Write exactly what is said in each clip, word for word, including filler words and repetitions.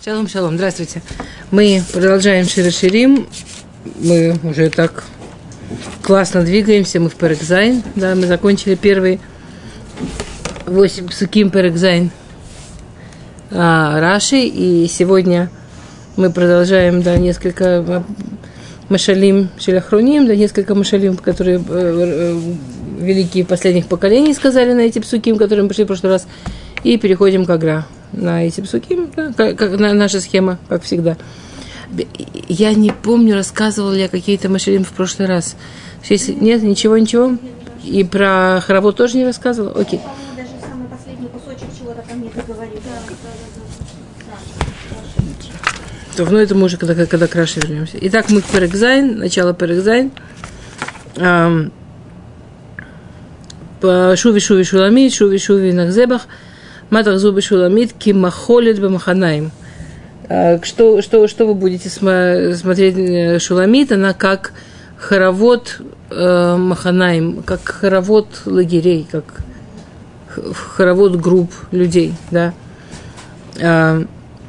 Шалом, шалом, здравствуйте. Мы продолжаем Шир ха-Ширим. Мы уже так классно двигаемся, мы в Перек Зайн. Да, мы закончили первые восемь псуким Перек Зайн а, Раши. И сегодня мы продолжаем, да, несколько машалим Шель ха-Ахроним, да, несколько машалим, которые э, э, великие последних поколений сказали на эти псуким, которые мы пришли в прошлый раз. И переходим к Агра. На эти псуки, да, как, как, на, наша схема, как всегда. Я не помню, рассказывала ли я какие-то машалим в прошлый раз. Если нет, ничего, ничего. И про хоровод тоже не рассказывала? Окей. Даже самый последний кусочек чего-то там не договорили. То, ну, это мы уже когда, когда к Раши вернемся. Итак, мы в Перек Зайн, начало Перек Зайн. Шуви, шуви, шуламид, шуви, шуви, нахзебах. Матах зубы шуламид, кимахолет бамаханаим. Что, что, что вы будете смотреть шуламид? Она как хоровод э, маханаим, как хоровод лагерей, как хоровод групп людей, да. А,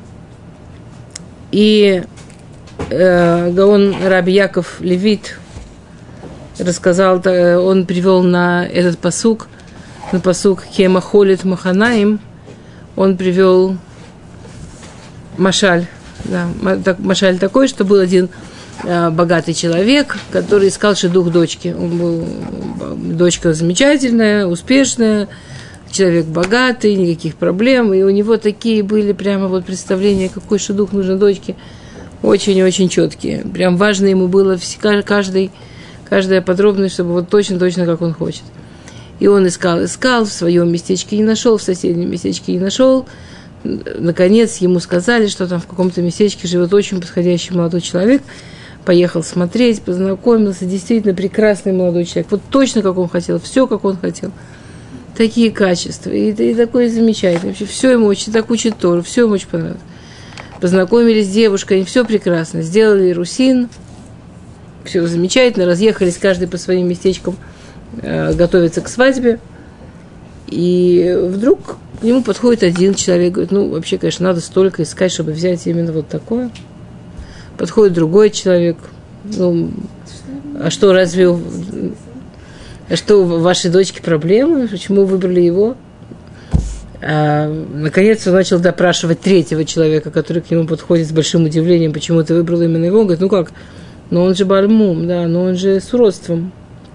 и э, Гаон Раби Яков Левит рассказал, он привел на этот пасук, на пасук кемахолет маханаим, он привел машаль, да, машаль такой, что был один а, богатый человек, который искал шедух дочки. Он был, дочка замечательная, успешная, человек богатый, никаких проблем, и у него такие были прямо вот представления, какой шедух нужен дочке, очень-очень четкие. Прям важно ему было каждый, каждая подробность, чтобы вот точно-точно, как он хочет. И он искал, искал, в своем местечке не нашел, в соседнем местечке не нашел. Наконец ему сказали, что там в каком-то местечке живет очень подходящий молодой человек. Поехал смотреть, познакомился. Действительно прекрасный молодой человек. Вот точно, как он хотел, все, как он хотел. Такие качества. И, и такой замечательный. Вообще все ему очень, так учит Тору, все ему очень понравилось. Познакомились с девушкой, все прекрасно. Сделали русин. Все замечательно. Разъехались каждый по своим местечкам. Готовится к свадьбе, и вдруг к нему подходит один человек, говорит, ну, вообще, конечно, надо столько искать, чтобы взять именно вот такое. Подходит другой человек, ну, а что, разве, а что у вашей дочки проблемы, почему выбрали его? А, наконец он начал допрашивать третьего человека, который к нему подходит с большим удивлением, почему ты выбрал именно его. Он говорит, ну как, ну он же бальмум, да, но он же с уродством.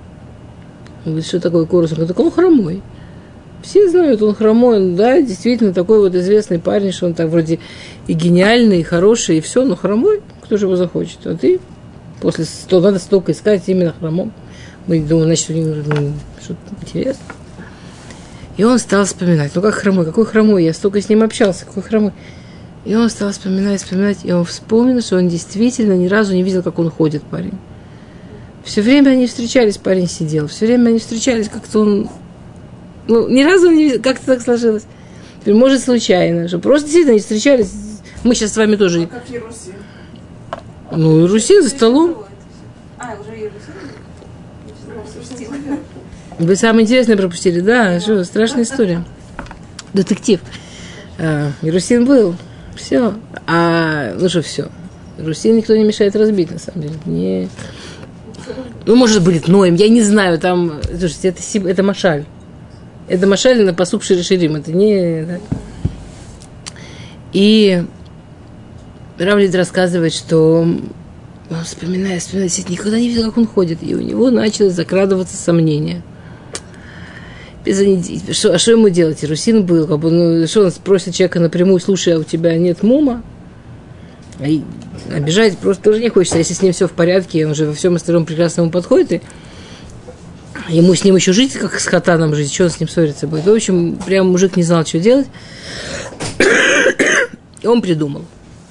Он говорит, что такое Корус? Он говорит, так он хромой. Все знают, он хромой. Он, да, действительно, такой вот известный парень, что он так вроде и гениальный, и хороший, и все, но хромой. Кто же его захочет? А ты после сто, надо столько искать именно хромом. Мы думаем, значит, ну, что-то интересно. И он стал вспоминать. Ну, как хромой? Какой хромой? Я столько с ним общался. Какой хромой? И он стал вспоминать, вспоминать. И он вспомнил, что он действительно ни разу не видел, как он ходит, парень. Все время они встречались, парень сидел. Все время они встречались, как-то он... Ну, ни разу не видел, как-то так сложилось. Может, случайно, что просто действительно они встречались. Мы сейчас с вами тоже... А как Ерусин? Ну, Ерусин за столом. А, уже Ерусин? Вы самое интересное пропустили, да? Что, страшная история. Детектив. А, Ерусин был. Все. А, ну что, все. Ерусин никто не мешает разбить, на самом деле. Не... Ну, может быть, Ноем, я не знаю, там, слушайте, это, это машаль. Это машаль на пасук Шир ха-Ширим, это не... Да. И Равлид рассказывает, что он, вспоминая, вспоминая, никогда не видел, как он ходит, и у него начало закрадываться сомнения. Что, а что ему делать? Ерусин был, как бы, ну, что он спросит человека напрямую, слушай, а у тебя нет мума? И обижать просто тоже не хочется, если с ним все в порядке, он же во всем остальном прекрасно ему подходит, и ему с ним еще жить, как с хатаном жить, что он с ним ссориться будет. В общем, прям мужик не знал, что делать, и он придумал.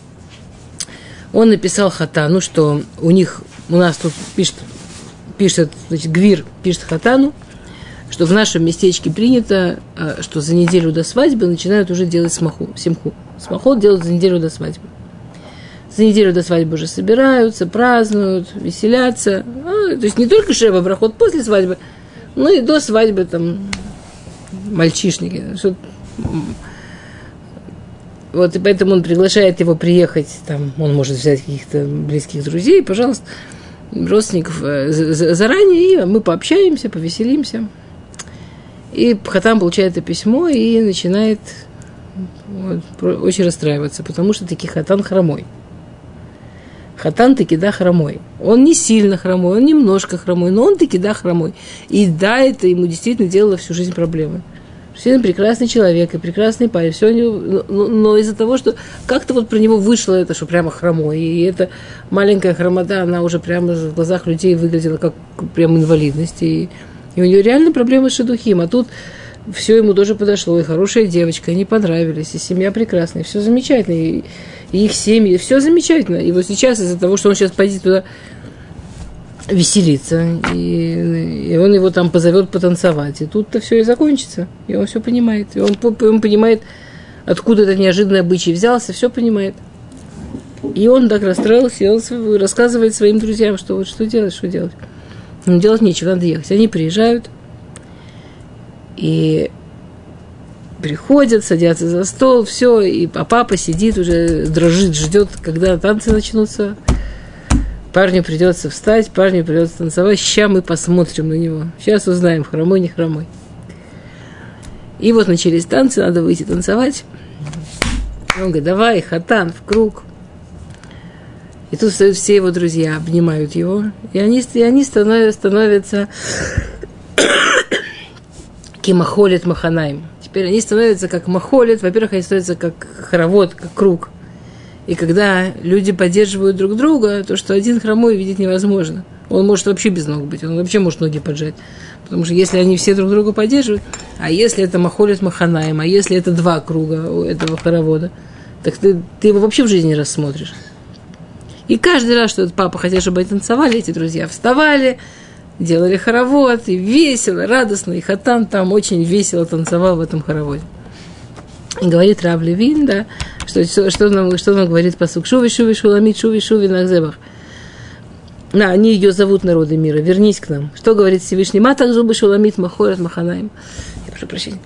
Он написал хатану, что у них, у нас тут пишет, пишет значит, Гвир пишет хатану, что в нашем местечке принято, что за неделю до свадьбы начинают уже делать смаху, симху. Смахот делают за неделю до свадьбы. За неделю до свадьбы уже собираются, празднуют, веселятся. А, то есть не только шеба брахот после свадьбы, но и до свадьбы там мальчишники. Что вот и поэтому он приглашает его приехать, там, он может взять каких-то близких друзей, пожалуйста, родственников заранее, и мы пообщаемся, повеселимся. И Хатан получает это письмо и начинает вот, очень расстраиваться, потому что таки Хатан хромой. Хатан таки да хромой. Он не сильно хромой, он немножко хромой, но он таки да хромой. И да, это ему действительно делало всю жизнь проблемы. Все прекрасный человек и прекрасный парень, все у него, но, но из-за того, что как-то вот про него вышло это, что прямо хромой, и эта маленькая хромота, она уже прямо в глазах людей выглядела как прям инвалидность, и, и у нее реально проблемы с шедухим, а тут все ему тоже подошло, и хорошая девочка, они понравились, и семья прекрасная, и все замечательно, и, и их семьи, все замечательно, и вот сейчас из-за того, что он сейчас пойдет туда веселиться, и, и он его там позовет потанцевать, и тут-то все и закончится, и он все понимает, и он, он понимает, откуда этот неожиданный обычай взялся, все понимает. И он так расстроился, и он рассказывает своим друзьям, что вот что делать, что делать. Ну, делать нечего, надо ехать. Они приезжают, и приходят, садятся за стол, все, и а папа сидит уже, дрожит, ждет, когда танцы начнутся. Парню придется встать, парню придется танцевать. Сейчас мы посмотрим на него. Сейчас узнаем, хромой, не хромой. И вот начались танцы, надо выйти танцевать. Он говорит, давай, Хатан, в круг. И тут встают все его друзья, обнимают его. И они, и они становятся, становятся кимахолет маханаим. Теперь они становятся как махолет. Во-первых, они становятся как хоровод, как круг. И когда люди поддерживают друг друга, то, что один хромой видеть невозможно. Он может вообще без ног быть, он вообще может ноги поджать. Потому что если они все друг друга поддерживают, а если это махолет маханаем, а если это два круга у этого хоровода, так ты, ты его вообще в жизни не рассмотришь. И каждый раз, что этот папа хотел, чтобы они танцевали, эти друзья вставали, делали хоровод, и весело, радостно, и Хатан там очень весело танцевал в этом хороводе. И говорит Рав Левин, да, что, что, что, нам, что нам говорит пасук. Шуви, шуви, шуламит, шуви, шуви, нахзебах. Да, они ее зовут народы мира, вернись к нам. Что говорит Всевышний? Матах зубы, шуламит, махорат, маханаем. Я прошу прощения.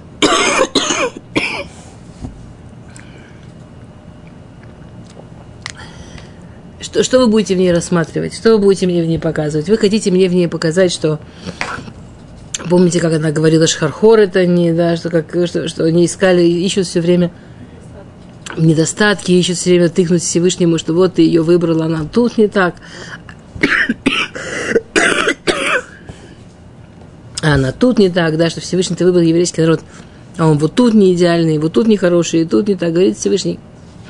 Что, что вы будете в ней рассматривать? Что вы будете мне в ней показывать? Вы хотите мне в ней показать, что... Помните, как она говорила, Шхархор это не, да, что, как, что, что они искали, ищут все время недостатки, ищут все время тыкнуть Всевышнему, что вот ты ее выбрала, она тут не так. А она тут не так, да, что Всевышний ты выбрал еврейский народ, а он вот тут не идеальный, вот тут не хороший, и тут не так, говорит Всевышний.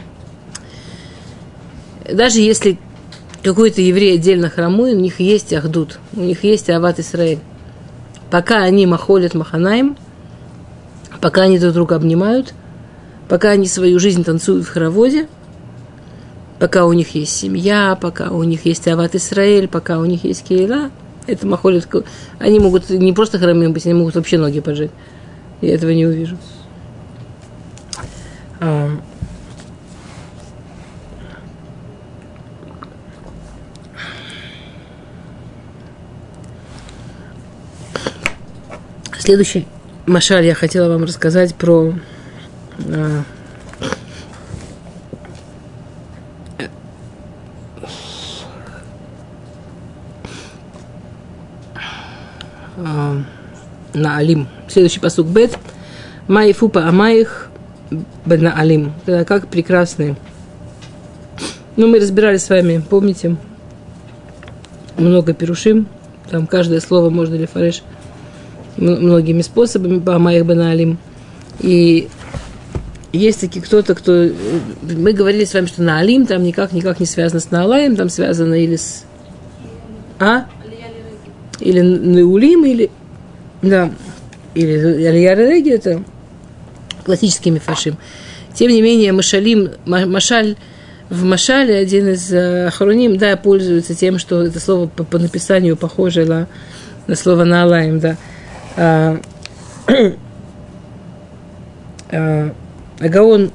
Даже если какой-то еврей отдельно хромой, у них есть ахдут, у них есть Ават Исраэль. Пока они махолят маханаим, пока они друг друга обнимают, пока они свою жизнь танцуют в хороводе, пока у них есть семья, пока у них есть Ават Исраэль, пока у них есть кейла, это махолят, они могут не просто хромым быть, они могут вообще ноги поджать. Я этого не увижу. Следующий машаль я хотела вам рассказать про а, а, Наалим. Следующий пасук бет. Майфупа амаих бенаалим. Это как прекрасные. Ну, мы разбирали с вами, помните, много пирушим. Там каждое слово можно ли фареш многими способами, по Амаих Банаалим. И есть таки кто-то, кто... Мы говорили с вами, что Наалим там никак, никак не связано с Наалаем, там связано или с... А? Или Неулим, или... Да. Или Алияреги, это классический мифашим. Тем не менее, Машалим, Машаль, в Машале один из Ахроним, да, пользуется тем, что это слово по, по написанию похоже на, на слово Наалаем, да. А, а, Гаон,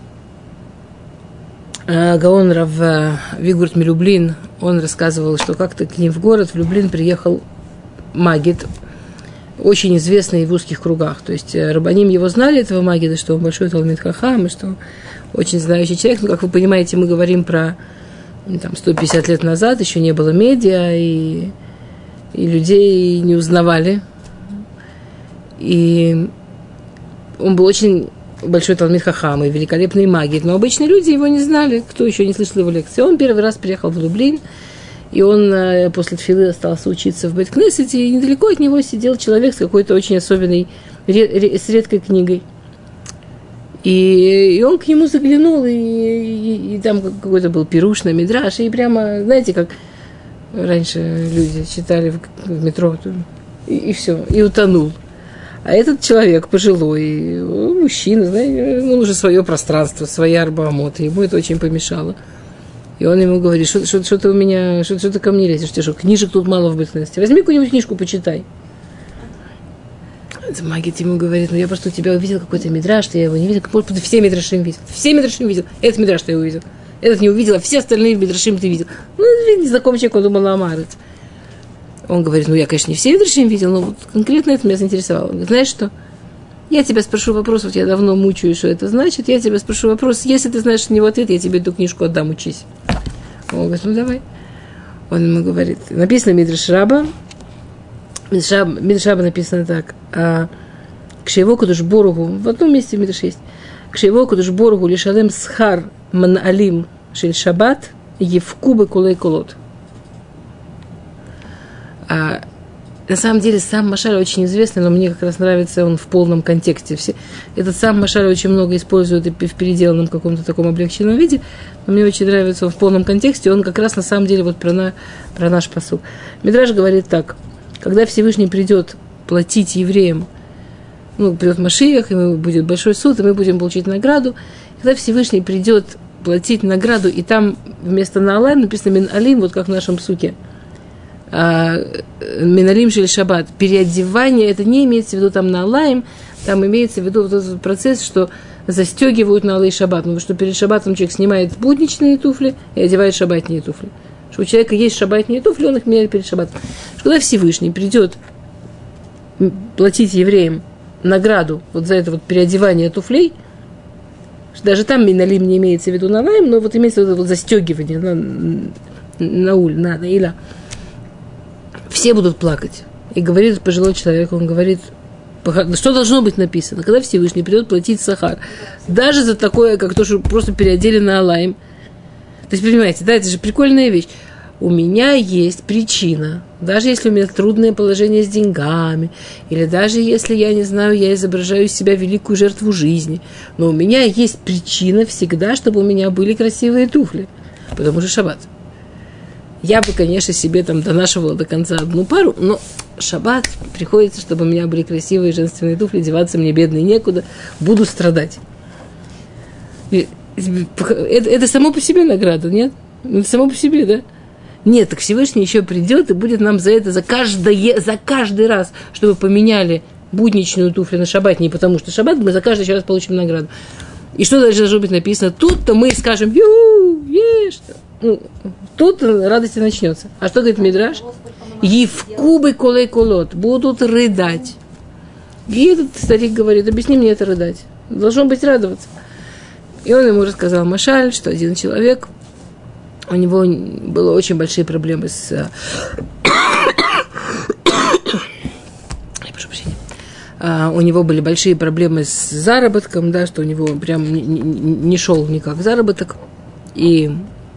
а, Гаон Рав Вигурт Милюблин, он рассказывал, что как-то к ним в город, в Люблин приехал Магид. очень известный в узких кругах. То есть рабаним его знали, этого магида, что он большой талмид хахам, и что он очень знающий человек. Но, как вы понимаете, мы говорим про там, сто пятьдесят лет назад, еще не было медиа, и, и людей не узнавали. И он был очень большой талмид хахам и великолепный магик, но обычные люди его не знали, кто еще не слышал его лекции. Он первый раз приехал в Люблин, и он после тфилы остался учиться в Бейт-Кнессете, и недалеко от него сидел человек с какой-то очень особенной, с редкой книгой. И, и он к нему заглянул, и, и, и там какой-то был пируш на мидраш, и прямо, знаете, как раньше люди читали в, в метро, и, и все, и утонул. А этот человек пожилой, мужчина, знаете, он уже свое пространство, свои арбамоты, ему это очень помешало. И он ему говорит, что, что, что ты у меня, что, что ты ко мне лезешь, что, что книжек тут мало в Бейт-Кнессете, возьми какую-нибудь книжку, почитай. Магит ему говорит, ну я просто у тебя увидел какой-то мидраш, что я его не видел, как будто все мидрашим видел. Все мидрашим видел. Этот мидраш ты увидел. Этот не увидел, а все остальные мидрашим ты видел. Ну, незнакомый человек, он думал, Амарец. Он говорит, ну я, конечно, не все мидрашим видел, но вот конкретно это меня заинтересовало. Он говорит, знаешь что? Я тебя спрошу вопрос, вот я давно мучаю, что это значит. Я тебя спрошу вопрос, если ты знаешь на него ответ, я тебе эту книжку отдам, учись. Он говорит, ну давай. Он ему говорит, написано Мидраш Раба. Мидраш Раба написано так. Кшеево кудуш боругу, в одном месте в Мидраш есть. Кшеево кудуш боругу лишалем схар маналим шель шаббат евкубы кулей колот. А на самом деле сам Машаль очень известный, но мне как раз нравится он в полном контексте. Все, этот сам Машаль очень много использует и в переделанном каком-то таком облегченном виде, но мне очень нравится он в полном контексте, он как раз на самом деле вот про, на, про наш посуд. Мидраш говорит так, когда Всевышний придет платить евреям, ну, придет Машиах, и будет большой суд, и мы будем получить награду, когда Всевышний придет платить награду, и там вместо Наалайм написано Мин Алим, вот как в нашем суке, Миналим шель шаббат, переодевание, это не имеется в виду там на алаим, там имеется в виду вот этот процесс, что застегивают на алай шаббат, потому что перед шаббатом человек снимает будничные туфли и одевает шаббатные туфли. Что у человека есть шаббатные туфли, он их меняет перед шаббатом. Что когда Всевышний придет платить евреям награду вот за это вот переодевание туфлей, даже там миналим не имеется в виду на алаим, но вот имеется в виду вот застегивание на, на уль, на иля. Все будут плакать. И говорит пожилой человек, он говорит, что должно быть написано, когда Всевышний придет платить сахар. Даже за такое, как то, что просто переодели на алаим. То есть, понимаете, да, это же прикольная вещь. У меня есть причина, даже если у меня трудное положение с деньгами, или даже если, я не знаю, я изображаю из себя великую жертву жизни, но у меня есть причина всегда, чтобы у меня были красивые туфли, потому что шаббат. Я бы, конечно, себе там донашивала до конца одну пару, но шаббат приходится, чтобы у меня были красивые женственные туфли, деваться мне бедной некуда, буду страдать. И это, это само по себе награда, нет? Это само по себе, да? Нет, так Всевышний еще придет и будет нам за это, за, каждое, за каждый раз, чтобы поменяли будничную туфлю на шаббат, не потому что шаббат, мы за каждый раз получим награду. И что дальше должно быть написано? Тут-то мы скажем, ю, ешь, ну, тут радость и начнется. А что говорит Мидраш? Евкубы колей колот. Будут рыдать. И этот старик говорит, объясни мне это рыдать. Должно быть радоваться. И он ему рассказал Машаль, что один человек, у него было очень большие проблемы с... Я прошу прощения. Uh, у него были большие проблемы с заработком, да, что у него прям не, не, не шел никак заработок. И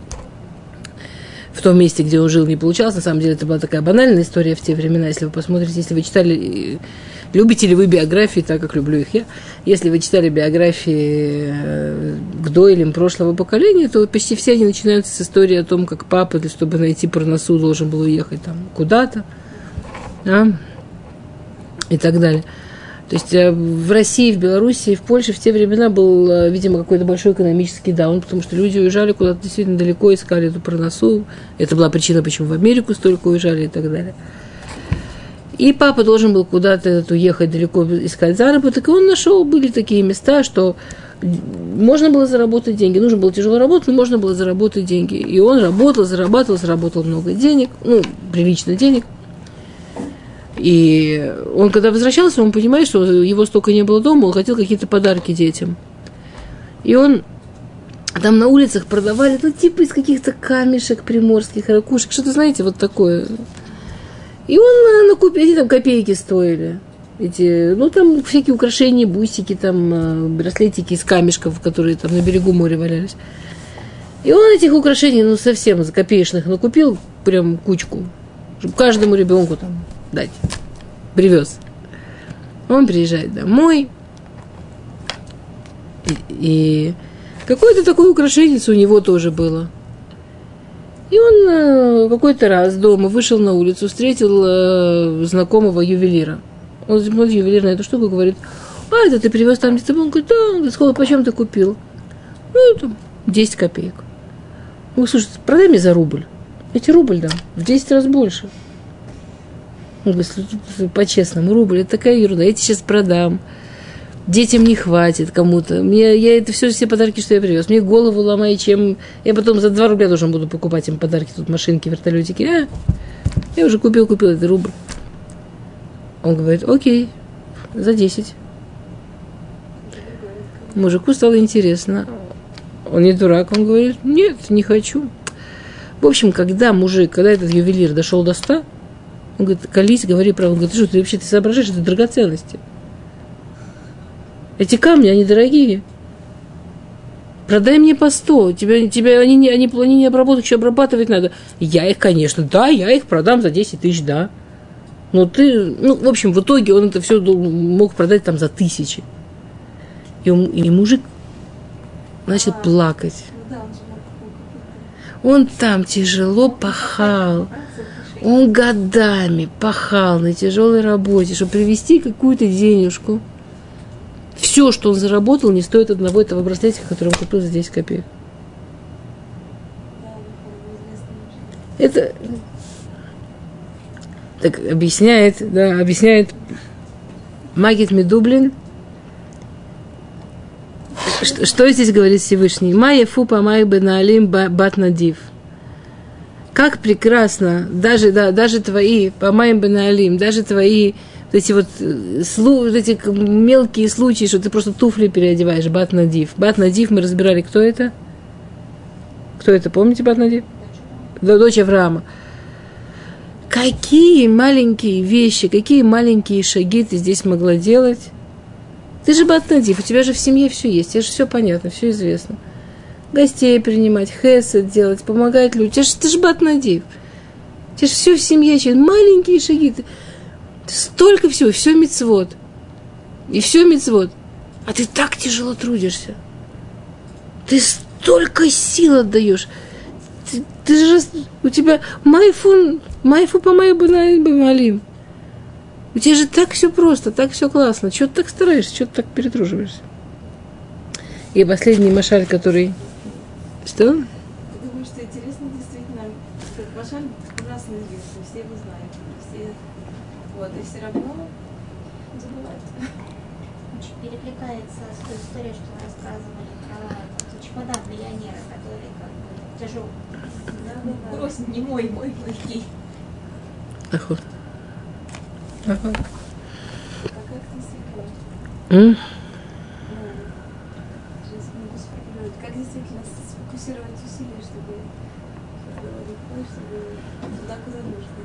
в том месте, где он жил, не получалось. На самом деле, это была такая банальная история в те времена. Если вы посмотрите, если вы читали, любите ли вы биографии, так как люблю их я, если вы читали биографии гдоэлем прошлого поколения, то почти все они начинаются с истории о том, как папа, чтобы найти парносу, должен был уехать там куда-то, да, и так далее. То есть в России, в Белоруссии, в Польше в те времена был, видимо, какой-то большой экономический даун, потому что люди уезжали куда-то действительно далеко, искали эту парносу. Это была причина, почему в Америку столько уезжали и так далее. И папа должен был куда-то уехать далеко, искать заработок, и он нашел, были такие места, что можно было заработать деньги. Нужно было тяжело работать, но можно было заработать деньги. И он работал, зарабатывал, заработал много денег, ну, прилично денег. И И он, когда возвращался, он понимает, что его столько не было дома, он хотел какие-то подарки детям. И он там на улицах продавали, ну, типа из каких-то камешек приморских, ракушек, что-то, знаете, вот такое. И он накупил, эти там копейки стоили. Эти, ну, там всякие украшения, бусики, там, браслетики из камешков, которые там на берегу моря валялись. И он этих украшений, ну, совсем за копеечных накупил прям кучку, чтобы каждому ребенку там дать. Привез. Он приезжает домой, и, и какое-то такое украшение у него тоже было. И он э, какой-то раз дома вышел на улицу, встретил э, знакомого ювелира. Он смотрит, ювелир на эту штуку говорит: а, это ты привез там где-то? Он говорит: да, сколько, почем ты купил? Ну, там, десять копеек. Он говорит: слушай, продай мне за рубль. Эти рубль дам, в десять раз больше. Он говорит: по-честному, рубль, это такая ерунда, я тебе сейчас продам. Детям не хватит кому-то. Мне, я это все, все подарки, что я привез. Мне голову ломай, чем... Я потом за два рубля должен буду покупать им подарки, тут машинки, вертолетики. А, я уже купил, купил этот рубль. Он говорит: окей, за десять. Мужику стало интересно. Он не дурак, он говорит: нет, не хочу. В общем, когда мужик, когда этот ювелир дошел до ста, он говорит: колись, говори правду. Он говорит: ты что, ты вообще ты соображаешь, это драгоценности. Эти камни, они дорогие. Продай мне по сто. Тебя, тебя, они, не, они, они не обработают, еще обрабатывать надо. Я их, конечно, да, я их продам за десять тысяч, да. Но ты, ну, в общем, в итоге он это все мог продать там за тысячи. И, он, и мужик начал а, плакать. Да, он, он там тяжело пахал. Он годами пахал на тяжелой работе, чтобы привезти какую-то денежку. Все, что он заработал, не стоит одного этого браслетика, который он купил за десять копеек. Это так объясняет, да, объясняет Магид Медублин. Что, что здесь говорит Всевышний? Майя фупа май бенаалим бат надив. Как прекрасно, даже, да, даже твои, по моим бенаалим, даже твои вот эти вот, вот эти мелкие случаи, что ты просто туфли переодеваешь, бат надив. Бат надив, мы разбирали, кто это? Кто это, помните бат надив? Дочь Авраама. Какие маленькие вещи, какие маленькие шаги ты здесь могла делать? Ты же бат надив, у тебя же в семье все есть, тебе же все понятно, все известно. Гостей принимать, хесед делать, помогать людям. Ты же, ты же бат надив. Тебе же все в семье, маленькие шаги. Ты, столько всего, все мицвот. И все мицвот. А ты так тяжело трудишься. Ты столько сил отдаешь. Ты, ты же, у тебя майфун, майфу по майбу. У тебя же так все просто, так все классно. Чего ты так стараешься, чего ты так перетруживаешься? И последний машаль, который... Что? Я думаю, что интересно действительно, как машаль ужасно известный, все его знают. Все... Вот, и все равно забывают. Очень перекликается с той историей, что вы рассказывали про чемодан миллионера, который как бы тяжел. Бросит не мой, мой плохий. Ага. Ага. А как действительно? Как действительно сфокусировать усилия, чтобы было легко, чтобы туда, куда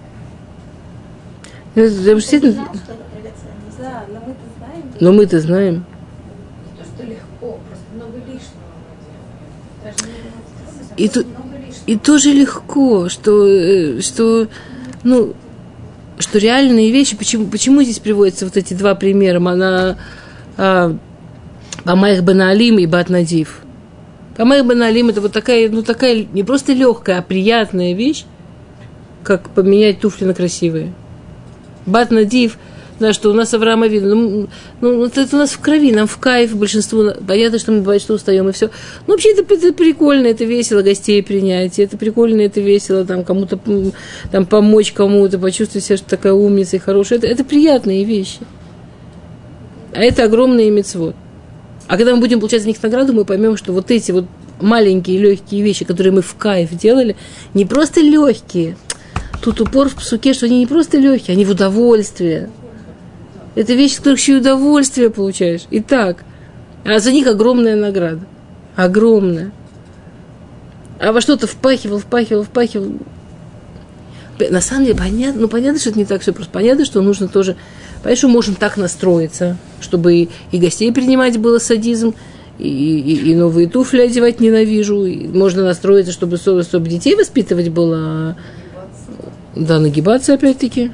нужно. Действительно... Да, но мы-то знаем. Но мы-то знаем. Не то, что легко, просто много лишнего. Даже не и, то, и тоже легко, что, что, ну, что реальные вещи, почему, почему здесь приводятся вот эти два примера, она, а, Амайх Баналим и Бат Надив. Амайх Баналим это вот такая, ну, такая не просто легкая, а приятная вещь, как поменять туфли на красивые. Бат Надив, да, что у нас Авраама видно, ну, ну, это, это у нас в крови, нам в кайф, большинству, понятно, что мы бывает, что устаем и все. Ну, вообще, это, это прикольно, это весело гостей принять, это прикольно, это весело, там, кому-то там, помочь кому-то, почувствовать себя, что такая умница и хорошая. Это, это приятные вещи. А это огромные мицвот. А когда мы будем получать за них награду, мы поймем, что вот эти вот маленькие легкие вещи, которые мы в кайф делали, не просто легкие, тут упор в псуке, что они не просто легкие, они в удовольствие. Это вещь, с которой еще и удовольствие получаешь. И так. А за них огромная награда. Огромная. А во что-то впахивал, впахивал, впахивал. На самом деле, понятно, ну, понятно, что это не так все просто. Понятно, что нужно тоже... Понятно, что можем так настроиться, чтобы и, и гостей принимать было садизм, и, и, и новые туфли одевать ненавижу. И можно настроиться, чтобы, чтобы детей воспитывать было. Да, нагибаться опять-таки.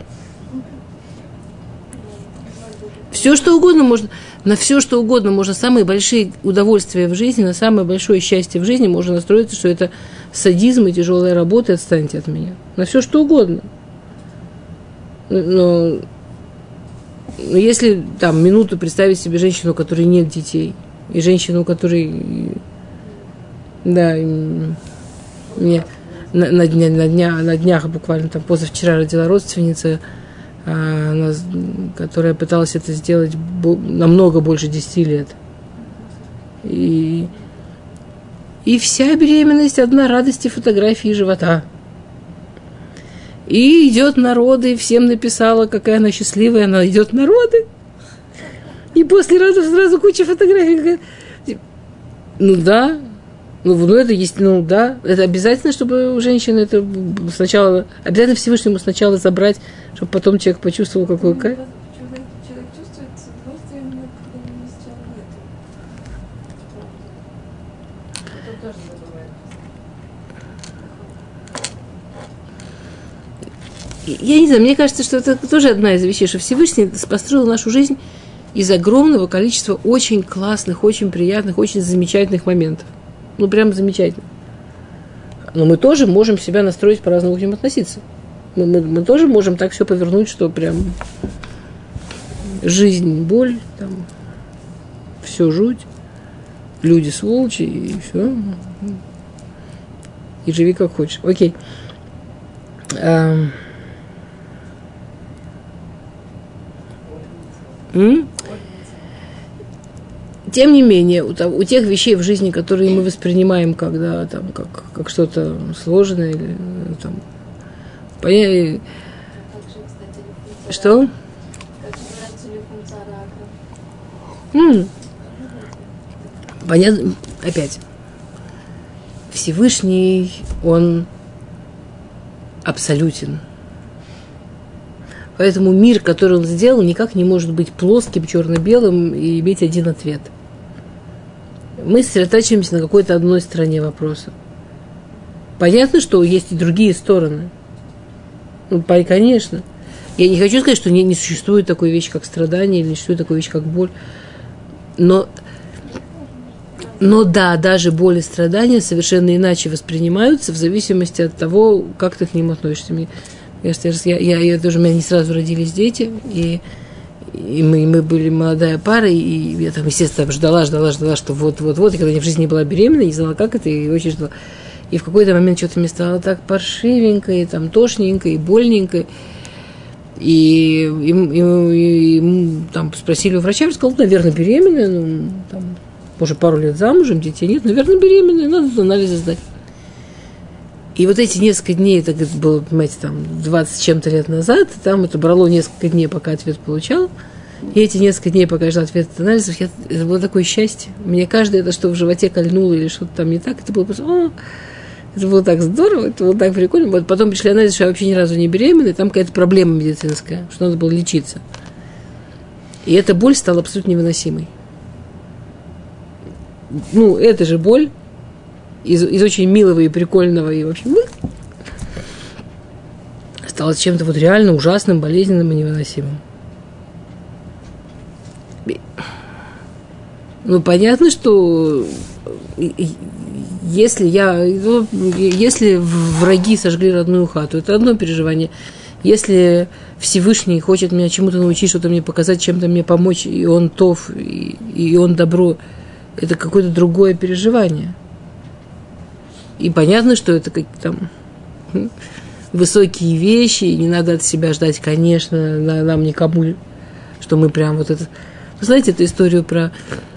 Все, что угодно можно... На все, что угодно можно, самые большие удовольствия в жизни, на самое большое счастье в жизни можно настроиться, что это садизм и тяжелая работа, и отстаньте от меня. На все, что угодно. Но, но если там минуту представить себе женщину, у которой нет детей, и женщину, у которой... Да, мне на, на, дня, на, дня, на днях, буквально там позавчера родила родственница, она, которая пыталась это сделать намного больше десяти лет. И, и вся беременность одна радость и фотографии живота. И идет на роды, всем написала, какая она счастливая, она идет на роды. И после родов сразу куча фотографий. Ну да, ну, ну это есть, ну да, это обязательно, чтобы у женщины это сначала, обязательно Всевышнему сначала забрать, чтобы потом человек почувствовал, какой кайф. Человек, человек чувствует удовольствие именно, когда ему сначала нет. Это тоже забывает. Я не знаю, мне кажется, что это тоже одна из вещей, что Всевышний построил нашу жизнь из огромного количества очень классных, очень приятных, очень замечательных моментов. Ну, прям замечательно. Но мы тоже можем себя настроить по-разному к ним относиться. Мы, мы, мы тоже можем так все повернуть, что прям жизнь, боль, там, все жуть, люди сволочи, и все. И живи как хочешь. Окей. А... М? Тем не менее, у, у тех вещей в жизни, которые мы воспринимаем, когда там как, как что-то сложное, или там, понятно, что? М. Понятно, опять. Всевышний, он абсолютен. Поэтому мир, который он сделал, никак не может быть плоским, черно-белым и иметь один ответ. Мы сосредотачиваемся на какой-то одной стороне вопроса. Понятно, что есть и другие стороны. Ну, конечно. Я не хочу сказать, что не, не существует такой вещи, как страдание, или не существует такой вещи, как боль. Но, но да, даже боль и страдания совершенно иначе воспринимаются в зависимости от того, как ты к ним относишься. Мне, я, я, я тоже, у меня не сразу родились дети, и, и мы, мы были молодая пара, и я там, естественно, ждала, ждала, ждала, что вот-вот-вот, и когда я в жизни не была беременна, не знала, как это, и очень ждала. И в какой-то момент что-то мне стало так паршивенько, и там тошненько, и больненько. И, и, и, и там спросили у врача, я сказала, наверное, беременная, ну, там, уже пару лет замужем, детей нет, наверное, беременная, надо анализы сдать. И вот эти несколько дней, это было, понимаете, там, двадцать с чем-то лет назад, там это брало несколько дней, пока ответ получал. И эти несколько дней, пока я ждала ответ от анализов, я, это было такое счастье. Мне каждое, это что в животе кольнуло или что-то там не так, это было просто, о, это было так здорово, это было так прикольно. Вот потом пришли анализы, что я вообще ни разу не беременна, и там какая-то проблема медицинская, что надо было лечиться. И эта боль стала абсолютно невыносимой. Ну, это же боль из, из очень милого и прикольного, и, в общем, стала чем-то вот реально ужасным, болезненным и невыносимым. Ну, понятно, что если я, ну, если враги сожгли родную хату, это одно переживание. Если Всевышний хочет меня чему-то научить, что-то мне показать, чем-то мне помочь, и он тов, и, и он добро, это какое-то другое переживание. И понятно, что это как там высокие вещи, и не надо от себя ждать, конечно, нам никому, что мы прям вот это... Вы знаете эту историю про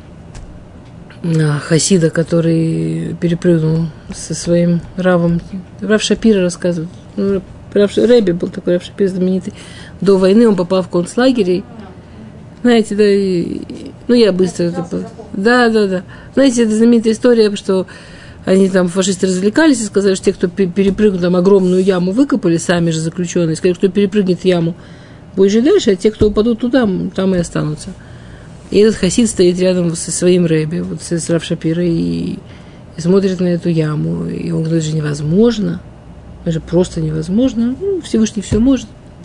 хасида, который перепрыгнул со своим равом? Рав Шапира рассказывает. Ну, Рэбби был такой Рав Шапир знаменитый. До войны он попал в концлагерь. Знаете, да, и, ну я быстро это... Да, да, да. Знаете, это знаменитая история, что они там, фашисты, развлекались и сказали, что те, кто перепрыгнут, там огромную яму выкопали, сами же заключенные, сказали, кто перепрыгнет яму, будет жить дальше, а те, кто упадут туда, там и останутся. И этот хасид стоит рядом со своим рэбби, вот с Рав Шапира, и, и смотрит на эту яму. И он говорит, это же невозможно. Это же просто невозможно. Ну, Всевышний все может.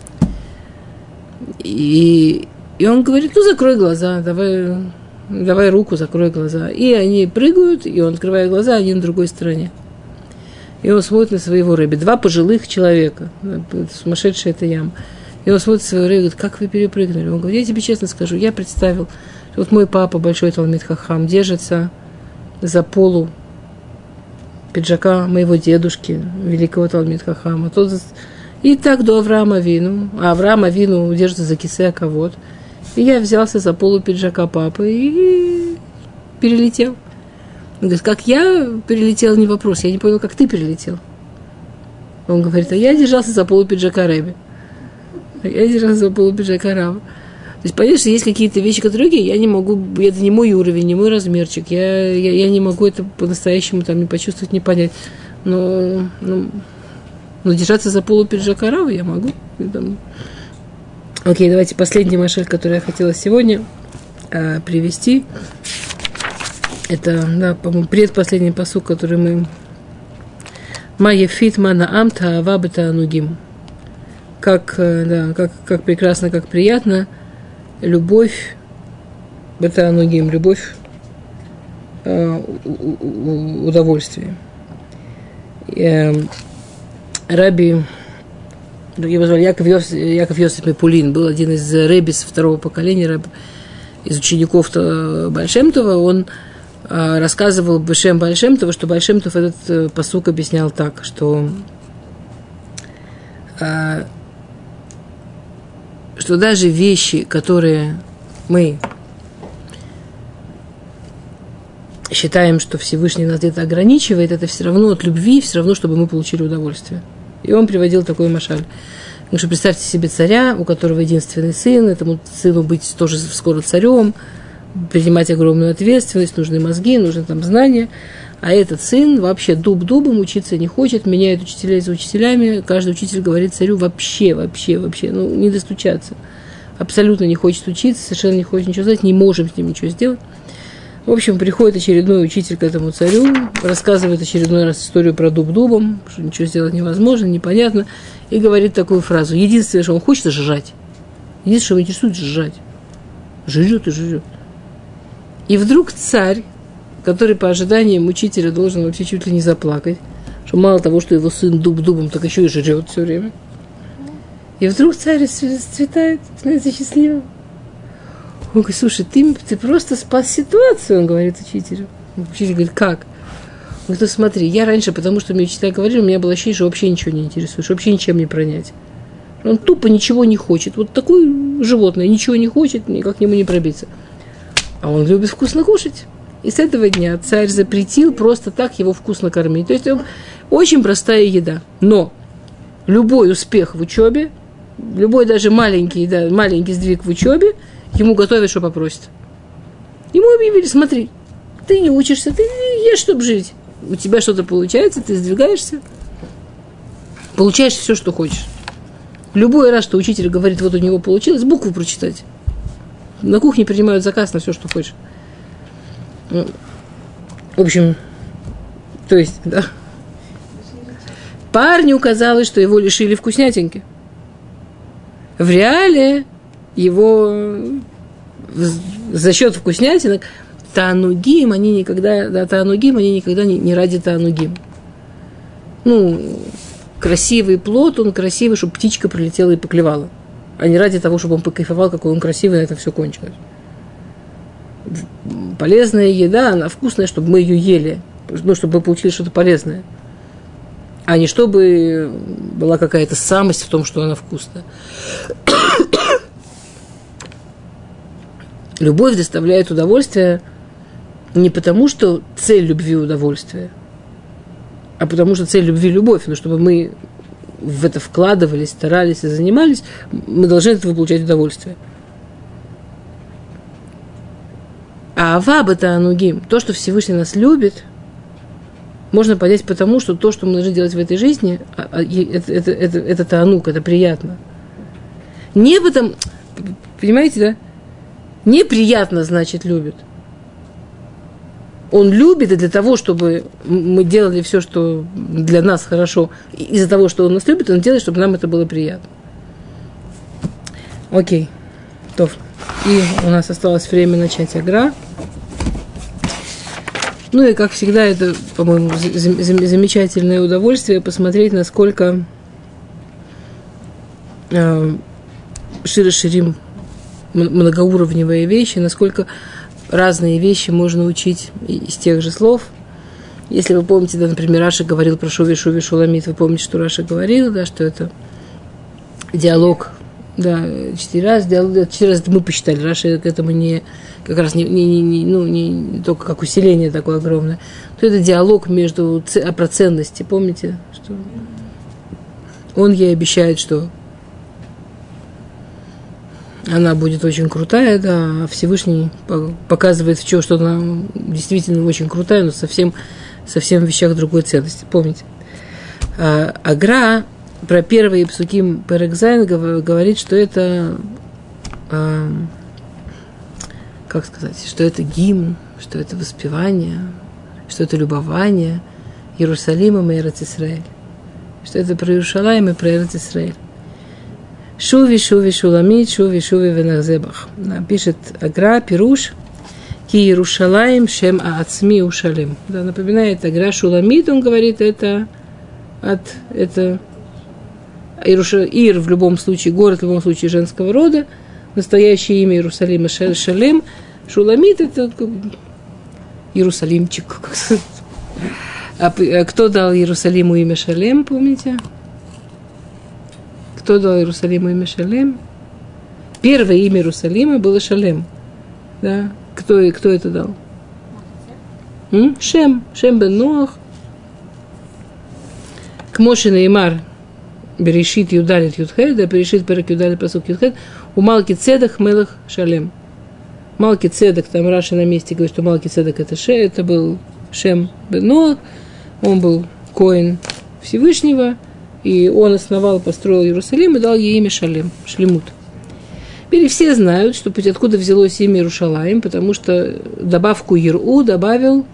И, и он говорит, ну, закрой глаза, давай, давай руку, закрой глаза. И они прыгают, и он открывает глаза, они на другой стороне. И он смотрит на своего рэбби. Два пожилых человека. Сумасшедшая эта яма. И он смотрит на своего рэбби и говорит, как вы перепрыгнули? Он говорит, я тебе честно скажу, я представил, что вот мой папа, большой талмид хахам, держится за полу пиджака моего дедушки, великого талмид хахама. Тот... И так до Авраама Авину. А Авраам Авину держится за кисе кавод. И я взялся за полу пиджака папы и перелетел. Он говорит, как я перелетел, не вопрос. Я не понял, как ты перелетел. Он говорит, а я держался за полу пиджака рэбби. Я держался за полу пиджака Рава. То есть, понятно, что есть какие-то вещи, которые я не могу, это не мой уровень, не мой размерчик, я, я, я не могу это по-настоящему там не почувствовать, не понять. Но, но, но держаться за полу пиджака Рава я могу. Там. Окей, давайте последний машель, который я хотела сегодня э, привести. Это, да, по-моему, предпоследний пасук, который мы... Майя фит мана амта авабата анугим. Как, да, как, как прекрасно, как приятно. Любовь, это анугим, любовь, э, удовольствие. Э, Раби, его звали Яков Йосиф, Яков Йосиф Мепулин, был один из рэббис второго поколения, рэб, из учеников Бааль Шем Това. Он э, рассказывал Бешем Бааль Шем Това, что Бааль Шем Тов этот э, пасук объяснял так, что э, что даже вещи, которые мы считаем, что Всевышний нас где-то ограничивает, это все равно от любви, все равно, чтобы мы получили удовольствие. И он приводил такой машаль. Потому что представьте себе царя, у которого единственный сын, этому сыну быть тоже скоро царем, принимать огромную ответственность, нужны мозги, нужны там знания. А этот сын вообще дуб дубом учиться не хочет, меняет учителей за учителями. Каждый учитель говорит царю вообще, вообще, вообще, ну, не достучаться. Абсолютно не хочет учиться, совершенно не хочет ничего знать, не можем с ним ничего сделать. В общем, приходит очередной учитель к этому царю, рассказывает очередной раз историю про дуб дубом, что ничего сделать невозможно, непонятно, и говорит такую фразу. Единственное, что он хочет, это жрать. Единственное, что его интересует, жрать. Жрет и жрет. И вдруг царь, который по ожиданиям учителя должен вообще чуть ли не заплакать, что мало того, что его сын дуб дубом, так еще и жрет все время. И вдруг царь расцветает, становится счастливым. Он говорит, слушай, ты, ты просто спас ситуацию, он говорит учителю. Учитель говорит, как? Он говорит, ну смотри, я раньше, потому что мне учителя говорили, у меня было ощущение, что вообще ничего не интересует, что вообще ничем не пронять. Он тупо ничего не хочет. Вот такое животное ничего не хочет, никак к нему не пробиться. А он любит вкусно кушать. И с этого дня царь запретил просто так его вкусно кормить. То есть очень простая еда. Но любой успех в учебе, любой даже маленький, да, маленький сдвиг в учебе, ему готовят, что попросит. Ему объявили, смотри, ты не учишься, ты ешь, чтобы жить. У тебя что-то получается, ты сдвигаешься, получаешь все, что хочешь. Любой раз, что учитель говорит, вот у него получилось, букву прочитать. На кухне принимают заказ на все, что хочешь. В общем, то есть, да. Парню казалось, что его лишили вкуснятинки. В реале его за счет вкуснятинок таанугим, они никогда, да, таанугим, они никогда не, не ради таанугим. Ну, красивый плод, он красивый, чтобы птичка прилетела и поклевала, а не ради того, чтобы он покайфовал, какой он красивый, на это все кончилось. Полезная еда, она вкусная, чтобы мы ее ели, ну, чтобы мы получили что-то полезное, а не чтобы была какая-то самость в том, что она вкусная. Любовь доставляет удовольствие не потому, что цель любви – удовольствие, а потому что цель любви – любовь, но чтобы мы в это вкладывались, старались и занимались, мы должны от этого получать удовольствие. А аваба таанугим, то, что Всевышний нас любит, можно понять потому, что то, что мы должны делать в этой жизни, это, это, это, это таануг, это приятно. Не потому, понимаете, да? Неприятно, значит, любит. Он любит и для того, чтобы мы делали все, что для нас хорошо. Из-за того, что он нас любит, он делает, чтобы нам это было приятно. Окей. То. И у нас осталось время начать агра. Ну и, как всегда, это, по-моему, замечательное удовольствие посмотреть, насколько э, шире-ширим многоуровневые вещи, насколько разные вещи можно учить из тех же слов. Если вы помните, да, например, Раша говорил про Шуви, Шуви, Шуламит, вы помните, что Раша говорил, да, что это диалог, да, четыре раза, диалог, четыре раза мы посчитали, Раша к этому не, как раз не, не, не, ну, не только как усиление такое огромное, то это диалог между, про ценности, помните, что он ей обещает, что она будет очень крутая, да, а Всевышний показывает, в чем, что она действительно очень крутая, но совсем, совсем в вещах другой ценности. Помните? А, Агра про первые псуким Перекзайн говорит, что это, а, как сказать, что это гимн, что это воспевание, что это любование Иерусалимом и Эрец-Исраэль. Что это про Иерушалаим и про Эрец-Исраэль. Шуви, шуви, шуламит, шуви, шуви, венахзебах. Пишет Агра, Пируш, ки Иерушалаим, шем аацми ушалим. Да, напоминает Агра Шуламит, он говорит, это от, это Ируша, Ир в любом случае, город в любом случае женского рода, настоящее имя Иерусалима Шалем, Шуламит это Иерусалимчик. А кто дал Иерусалиму имя Шалем, помните? Кто дал Иерусалиму имя Шалем? Первое имя Иерусалима было Шалем. Да? Кто, кто это дал? М? Шем. Шем бен Ноах. К Моше Неймар Берешит Юдалит Юдхед, да, Берешит Перек Юдалит Пасук Юдхед, у Малки Цедах Мелах Шалем. Малки Цедах, там Раши на месте говорит, что Малки Цедах это Ше, это был Шем бен Ноах, он был коэн Всевышнего, и он основал, построил Иерусалим и дал ей имя Шалем, Шлемут. Теперь все знают, что откуда взялось имя Иерушалаим, потому что добавку Иру добавил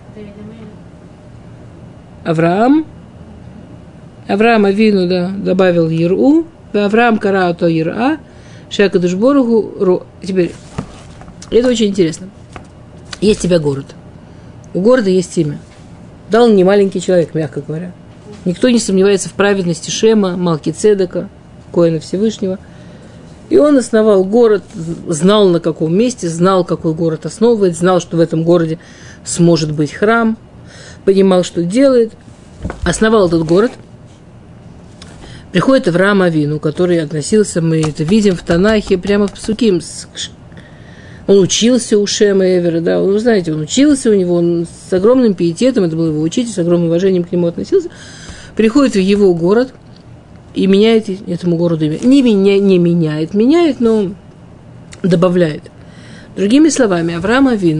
Авраам. Авраам Авину, да, добавил Иру, Авраам Караато Ира, Шакадуш Боруху. Теперь, это очень интересно. Есть у тебя город. У города есть имя. Дал не маленький человек, мягко говоря. Никто не сомневается в праведности Шема, Малки-Цедека, коэна Всевышнего. И он основал город, знал, на каком месте, знал, какой город основывает, знал, что в этом городе сможет быть храм, понимал, что делает. Основал этот город. Приходит Авраам Авину, который относился, мы это видим в Танахе, прямо в Псуким. Он учился у Шема Эвера, да, вы знаете, он учился у него, он с огромным пиететом, это был его учитель, с огромным уважением к нему относился. Приходит в его город и меняет этому городу имя. Не, меня, не меняет, меняет, но добавляет. Другими словами, Авраам Авину.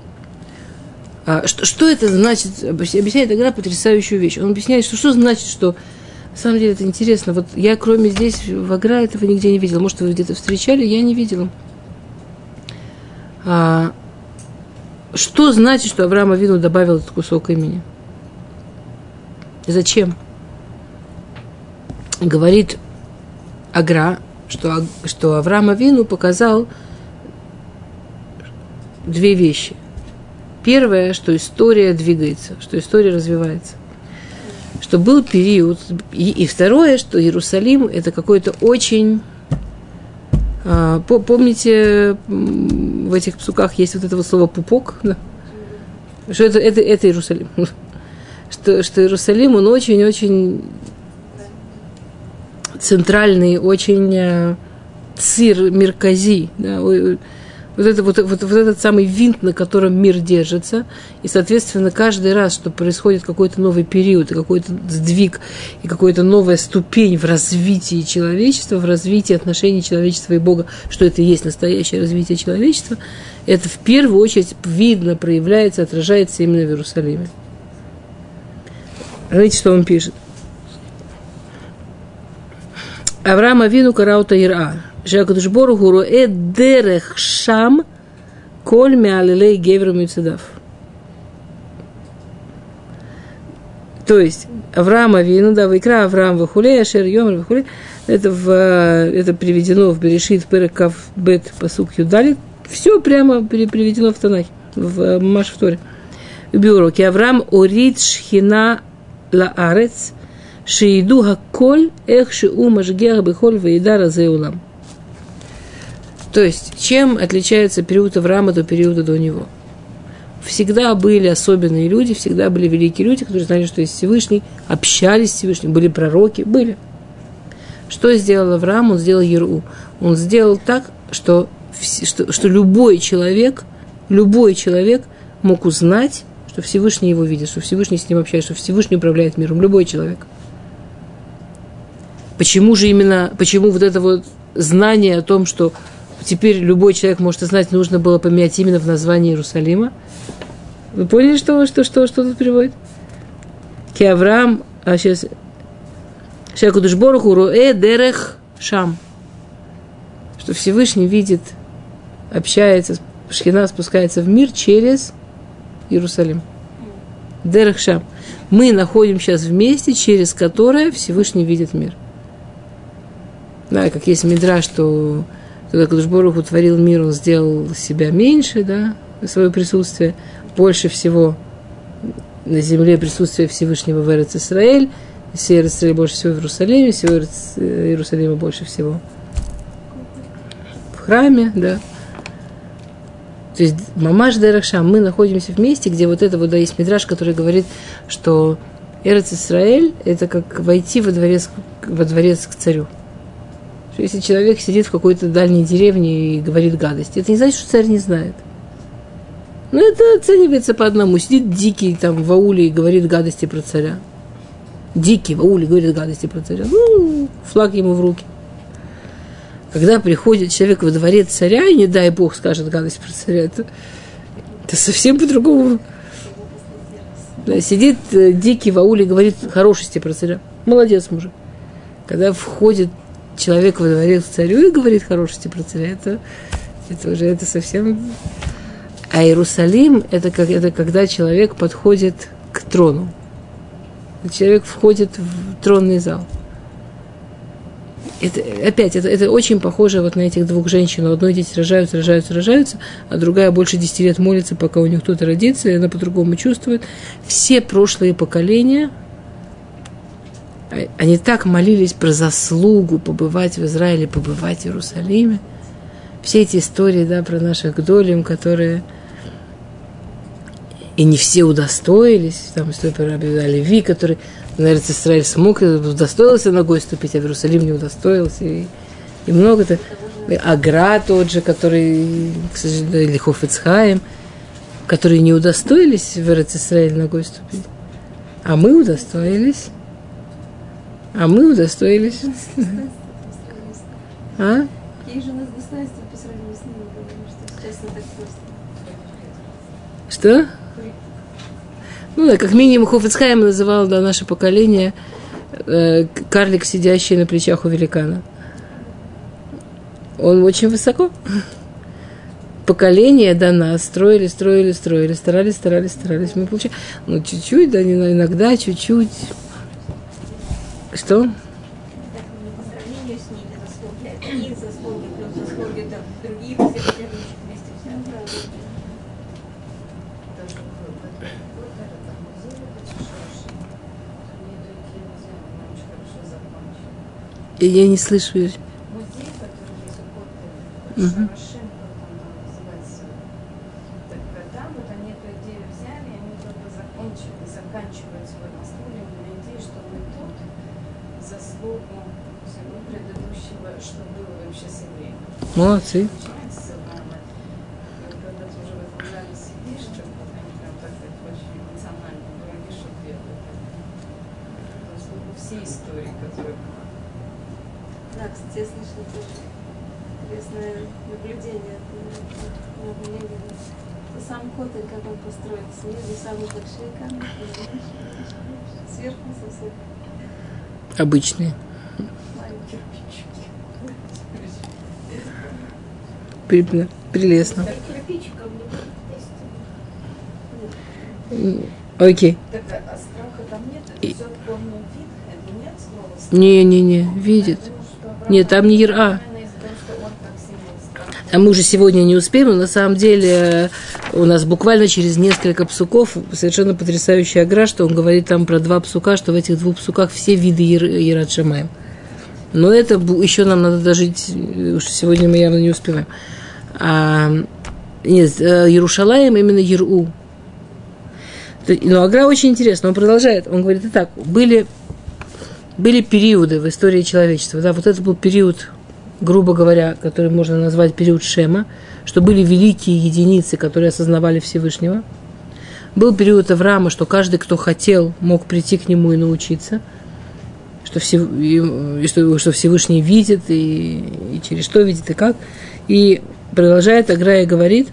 А, что, что это значит? Объясняет Агра потрясающую вещь. Он объясняет, что, что значит, что... На самом деле это интересно. Вот я, кроме здесь, в Агра, этого нигде не видела. Может, вы где-то встречали, я не видела. А, что значит, что Авраам Авину добавил этот кусок имени? Зачем? Говорит Агра, что, что Авраам Авину показал две вещи. Первое, что история двигается, что история развивается. Что был период. И, и второе, что Иерусалим – это какой-то очень... А, помните, в этих псуках есть вот это вот слово «пупок», да? Что это, это, это Иерусалим. Что, что Иерусалим, он очень-очень центральный, очень цир, меркази, да? Вот, это, вот, вот, вот этот самый винт, на котором мир держится, и, соответственно, каждый раз, что происходит какой-то новый период, и какой-то сдвиг, и какая-то новая ступень в развитии человечества, в развитии отношений человечества и Бога, что это и есть настоящее развитие человечества, это в первую очередь видно, проявляется, отражается именно в Иерусалиме. Знаете, что он пишет? Авраам Авину караута ира. שהקדוש ברוך הוא רואה דרך שם כל מעללי גבר מצדף. То есть Авраам Авину, да, вайкра Авраам вахулей, Ашер Йомер вахулей, это, в, это приведено в Берешит, Перекав Бет, Пасук Юдалит, все прямо приведено в Танахе, в Маш в Торе. В биуроке Авраам орит шхина лаарец, шейду хаколь, эх шиу машгех бехоль ваида разе улам. То есть, чем отличается период Авраама до периода до него? Всегда были особенные люди, всегда были великие люди, которые знали, что есть Всевышний, общались с Всевышним, были пророки, были. Что сделал Авраам? Он сделал Еру. Он сделал так, что, что, что любой человек, любой человек мог узнать, что Всевышний его видит, что Всевышний с ним общается, что Всевышний управляет миром. Любой человек. Почему же именно, почему вот это вот знание о том, что теперь любой человек может знать, нужно было поменять именно в названии Иерусалима? Вы поняли, что, что, что, что тут приводит? Ки Авраам, а сейчас... Шакудуш Боруху роэ дерех шам. Что Всевышний видит, общается, Шхина спускается в мир через Иерусалим. Дерех шам. Мы находимся сейчас в месте, через которое Всевышний видит мир. Да, как есть мидраш, что когда Кадош Барух утворил мир, он сделал себя меньше, да, свое присутствие. Больше всего на земле присутствие Всевышнего в Эрец Исраэль. Из Эрец Исраэля больше всего в Иерусалиме, всего Эрец Иерусалима больше всего в храме, да. То есть Мамаш Дерех Шам, мы находимся в месте, где вот это вот, да, есть мидраш, который говорит, что Эрец Исраэль – это как войти во дворец, во дворец к царю. Если человек сидит в какой-то дальней деревне и говорит гадости, это не значит, что царь не знает. Но это оценивается по одному. Сидит дикий там в ауле и говорит гадости про царя. Дикий в ауле говорит гадости про царя. Ну, флаг ему в руки. Когда приходит человек во дворец царя, и не дай бог скажет гадость про царя, это, это совсем по-другому. Да, сидит э, дикий в ауле и говорит хорошести про царя. Молодец, мужик. Когда входит человек во дворец царю и говорит хорошести про царя, это, это уже это совсем... А Иерусалим – это, как, это когда человек подходит к трону. Человек входит в тронный зал. Это, опять, это, это очень похоже вот на этих двух женщин. У одной дети рожаются, рожаются, рожаются, а другая больше десяти лет молится, пока у нее кто-то родится, и она по-другому чувствует. Все прошлые поколения... Они так молились про заслугу побывать в Израиле, побывать в Иерусалиме. Все эти истории, да, про наших гдолим, которые... И не все удостоились. Там история про раби Леви, который, наверное, Израиль смог, удостоился ногой ступить, а в Иерусалим не удостоился. И, и много-то. Агра тот же, который, к сожалению, или Хофец Хаим, которые не удостоились в Израиль ногой ступить. А мы удостоились. А мы удостоились. А? Какие же у нас достоинства по сравнению с ними, потому что сейчас не так просто. Что? Ну да, как минимум Хофец Хаим называл, да, наше поколение э, карлик, сидящий на плечах у великана. Он очень высоко. Поколение до нас строили, строили, строили, старались, старались, старались. Мы получили, ну, чуть-чуть, да, иногда чуть-чуть. Что? По сравнению с ними заслуги, это их заслуги, плюс заслуги там, других всех следующих вместе взятых. Я не слышу. Музей, который есть у Котеля, Угу. там вот они эту идею взяли, они только закончили, заканчивают свой настроение на идее, что мы тут заслугу всего предыдущего, что было вообще с евреями. Молодцы. когда ты уже в этом зале сидишь, что-то они прям так очень эмоционально говоришь, что делают. Все истории, которые... Да, кстати, я слышала тоже интересное наблюдение. Это сам Котель, как он построен, снизу самые большие камни, сверху совсем Обычные. маленькие. При- Прелестно. Кирпичиком не тестили. Окей. Так, а страха там нет? И- Это все полный вид? Это нет слова страх? Не-не-не, видит. Я думаю, что Нет, там не Авраам ира. именно из-за того, что он так сильно страх. А мы уже сегодня не успеем, но на самом деле у нас буквально через несколько псуков совершенно потрясающая агра, что он говорит там про два псука, что в этих двух псуках все виды Ират Шамаим. Но это бу- еще нам надо дожить, уж сегодня мы явно не успеваем. А, нет, э, Иерушалаим именно Иру. Но агра очень интересно, он продолжает, он говорит, итак, были, были периоды в истории человечества, да, вот это был период, грубо говоря, который можно назвать период Шема, что были великие единицы, которые осознавали Всевышнего. Был период Авраама, что каждый, кто хотел, мог прийти к нему и научиться, что, все, и, что, что Всевышний видит, и, и через что видит, и как. И продолжает агра и говорит,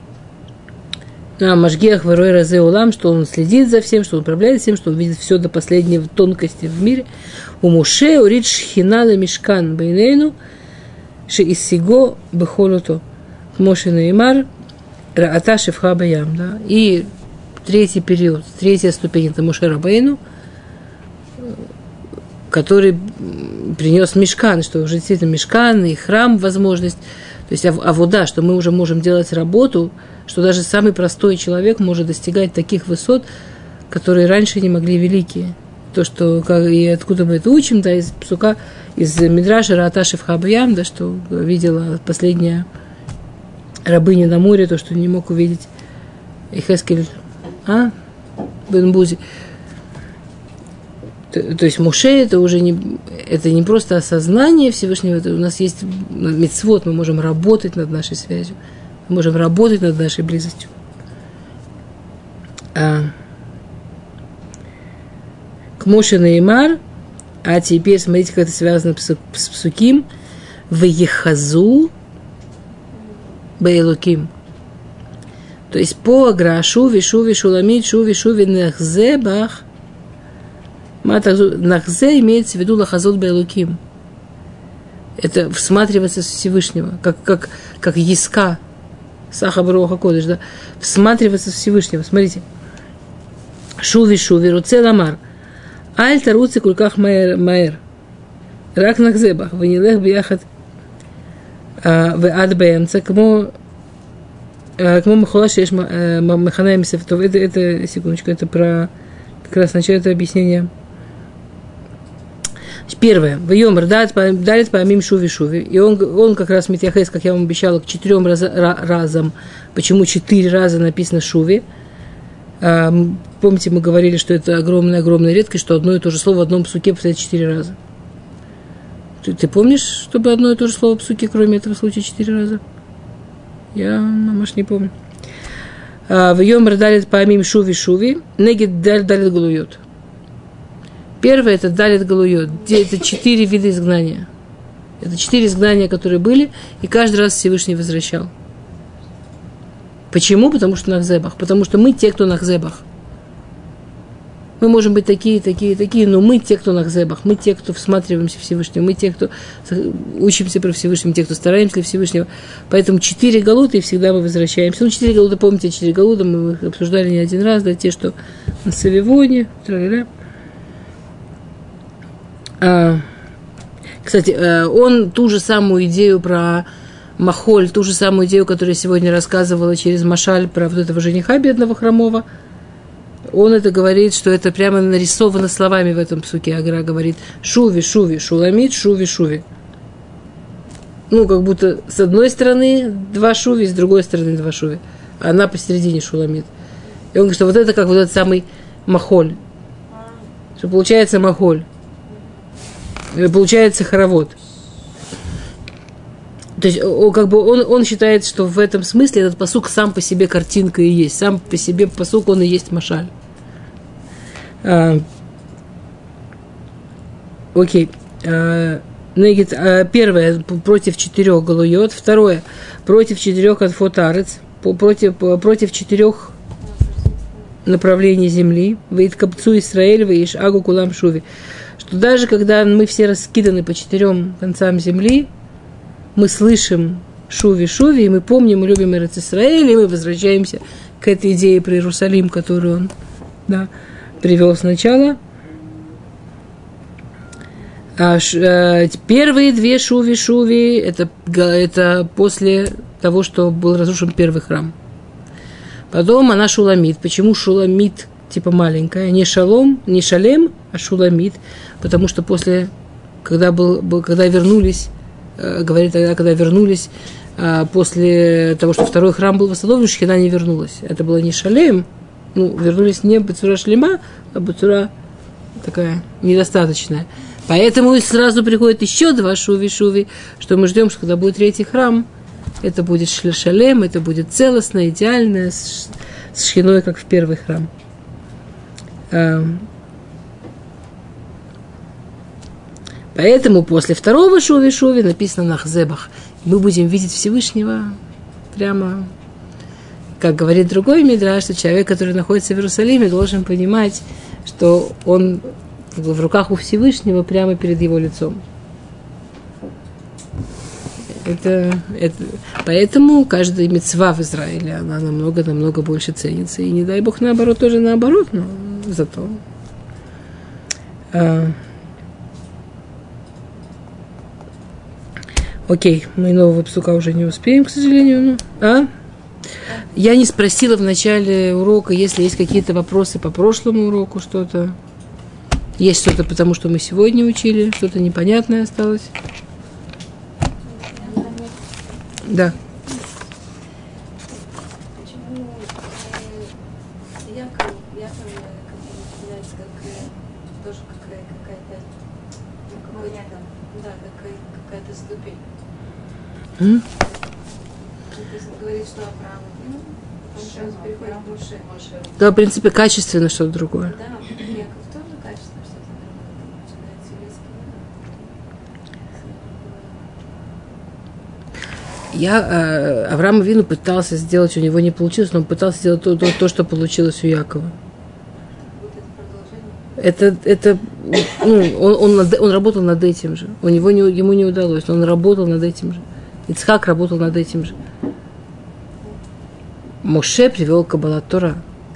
на Машгиах Варой Разе Улам, что он следит за всем, что он управляет всем, что он видит все до последней тонкости в мире. У Муше урит шхинала мишкан бейнейну шеисиго бехолото. Моше Неймар раата шевха баям. Да? И третий период, третья ступень, это Моше Рабейну, который принес мишкан, что уже действительно мишкан и храм, возможность, то есть авода, что мы уже можем делать работу, что даже самый простой человек может достигать таких высот, которые раньше не могли великие. То, что, как, и откуда мы это учим, да, из псука, из Мидраша Раата шевха баям, да, что видела последняя рабыня на море, то, что не мог увидеть Ихескель, а, Бен Бузи. То, то есть Моше это уже не, это не просто осознание Всевышнего, это у нас есть мицвот, мы можем работать над нашей связью, мы можем работать над нашей близостью. А, к Моше Неймар, а теперь смотрите, как это связано с, с псуким, в Ехазу Бейлоким. То есть по Агра Шуви, Шуви, Шуламид, Шуви, Шуви, Нехзебах. Нахзе имеется в виду лахазот бейлуким. Это всматриваться в Всевышнего, как, как, как Иска, Саха Баруха Кодыш, да? Всматриваться в Всевышнего. Смотрите. Шуви, Шуви, Руце Ламар. Аль таруци кульках маэр. Рак нахзебах. Ванилех бияхат в ад бэмца. Кому Кому махула шеш маханаем сефтов. Это, это, секундочку, это про как раз начало это объяснение. Первое. Вайомар дарит помим шуви шуви. И он, он как раз Митьяхес, как я вам обещала, к четырем раз, разам. Почему четыре раза написано шуви? А, помните, мы говорили, что это огромная-огромная редкость, что одно и то же слово в одном псуке повторяется четыре раза. Ты, ты помнишь, чтобы одно и то же слово в псуке, кроме этого случая, четыре раза? Я, мамаш, не помню. Вайомар дарит помим шуви шуви. Негид дарит галуйот. Первое – это далит галуйот. Это четыре вида изгнания. Это четыре изгнания, которые были, и каждый раз Всевышний возвращал. Почему? Потому что на хзебах. Потому что мы те, кто на хзебах. Мы можем быть такие, такие, такие, но мы те, кто на хзебах. Мы те, кто всматриваемся в Всевышнего. Мы те, кто учимся про Всевышнего, те, кто стараемся для Всевышнего. Поэтому четыре галута, и всегда мы возвращаемся. Ну, четыре галута, помните, четыре галута, мы их обсуждали не один раз, да, те, что на Савивоне, тра-ля-ля. А, кстати, он ту же самую идею про Махоль, ту же самую идею, которую я сегодня рассказывала через Машаль про вот этого жениха бедного хромого, он это говорит, что это прямо нарисовано словами в этом псуке. Агра говорит «Шуви, шуви, шуламид, шуви, шуви». Ну, как будто с одной стороны два шуви, с другой стороны два шуви. А она посередине шуламид. И он говорит, что вот это как вот этот самый Махоль. Что получается Махоль. Получается хоровод. То есть, о, как бы он, он считает, что в этом смысле этот пасук сам по себе картинка и есть. Сам по себе пасук, он и есть машаль. А, окей. А, Негит, а, первое, против четырех галуйот. Второе, против четырех адфотарец. Против, против четырех направлений земли. Вейт капцу Исраэль, вейш агу кулам шуви. Что даже когда мы все раскиданы по четырем концам земли, мы слышим шуви-шуви, и мы помним, мы любим Эрец Исраэль, и мы возвращаемся к этой идее про Иерусалим, которую он, да, привел сначала. А, ш, а, первые две шуви-шуви это, это после того, что был разрушен первый храм. Потом она шуламит. Почему шуламит типа маленькая? Не шалом, не шалем, а шуламит. Потому что после, когда, был, был, когда вернулись, э, говорит тогда, когда вернулись, э, после того, что второй храм был восстановлен, Шхина не вернулась. Это было не шалем, ну, вернулись не бацура шлема, а бацура такая недостаточная. Поэтому сразу приходит еще два шуви-шуви, что мы ждем, что когда будет третий храм, это будет шалем, это будет целостное, идеальное, с, с шхиной, как в первый храм. Поэтому после второго шуви-шуви написано на хзебах. Мы будем видеть Всевышнего прямо, как говорит другой мидраш, что человек, который находится в Иерусалиме, должен понимать, что он в руках у Всевышнего прямо перед его лицом. Это, это, поэтому каждая мицва в Израиле, она намного-намного больше ценится. И не дай Бог наоборот, тоже наоборот, но зато. А, окей, мы нового псука уже не успеем, к сожалению. Ну, а? Я не спросила в начале урока, если есть какие-то вопросы по прошлому уроку, что-то. Есть что-то, потому что мы сегодня учили, что-то непонятное осталось. Да. Почему э, Яков, Яков является как э, тоже какая, какая-то, ну, какая-то, да, какая, какая-то ступень. М? То есть он говорит, что Авраам, ну, потом сразу переходит к Моше. Да, в принципе, качественно что-то другое. Да, Яков тоже качественно что-то другое. Начинается еврейский народ. Я, э, Авраам Авину пытался сделать, у него не получилось, но он пытался сделать то, то, то что получилось у Якова. Вот это продолжение. Это, это ну, он, он, он работал над этим же. У него не, ему не удалось, но он работал над этим же. Ицхак работал над этим же. Моше привел Каббалат Тора.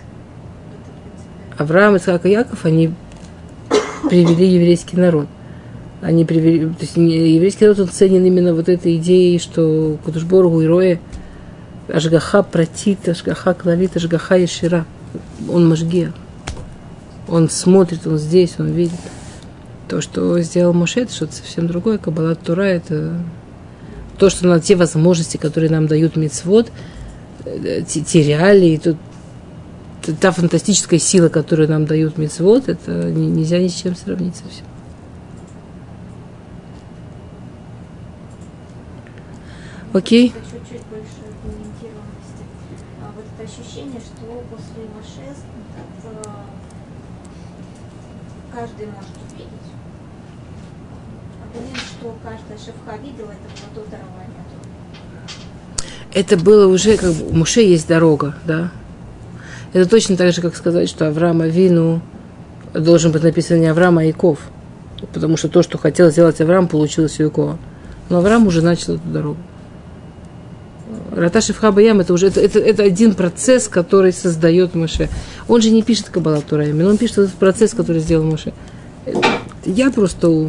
Авраам, Ицхак и Яков, они привели еврейский народ. Они привели, то есть еврейский народ, он ценен именно вот этой идеей, что Кадош Борух и Роэ Ашгаха Пратит, Ашгаха Клалит, Ашгаха Ешира. Он Машгех. Он смотрит, он здесь, он видит. То, что сделал Моше, это что-то совсем другое. Каббалат Тора – это то, что на те возможности, которые нам дают мицвот, те, те реалии, тут, та фантастическая сила, которую нам дают мицвот, это нельзя ни с чем сравнить совсем. Окей. Чуть-чуть больше аргументированности. А вот это ощущение, что после Моше это каждый может увидеть. А понятно, что каждая шефха видела, это было до дарования. Это было уже, как бы, у Моше есть дорога, да. Это точно так же, как сказать, что Авраам Авину должен быть написан не Авраам, а Яков. Потому что то, что хотел сделать Авраам, получилось у Якова. Но Авраам уже начал эту дорогу. Рата Шефха Баям это уже это, это, это один процесс, который создает Моше. Он же не пишет Каббалат Тора, он пишет этот процесс, который сделал Моше. Я просто...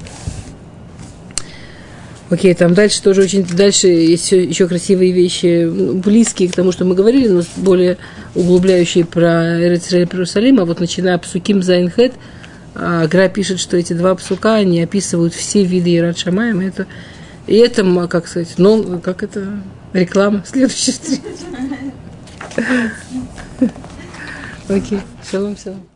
Окей, там дальше тоже очень... Дальше есть еще красивые вещи, близкие к тому, что мы говорили, но более углубляющие про Эрец Исраэль, про Иерусалим. А вот начиная Псуким Зайн Хет, Гра пишет, что эти два псука, они описывают все виды Ират Шамаим. Это, и это, как сказать, но как это... Реклама. Следующая встреча. Окей. Шалом, шалом.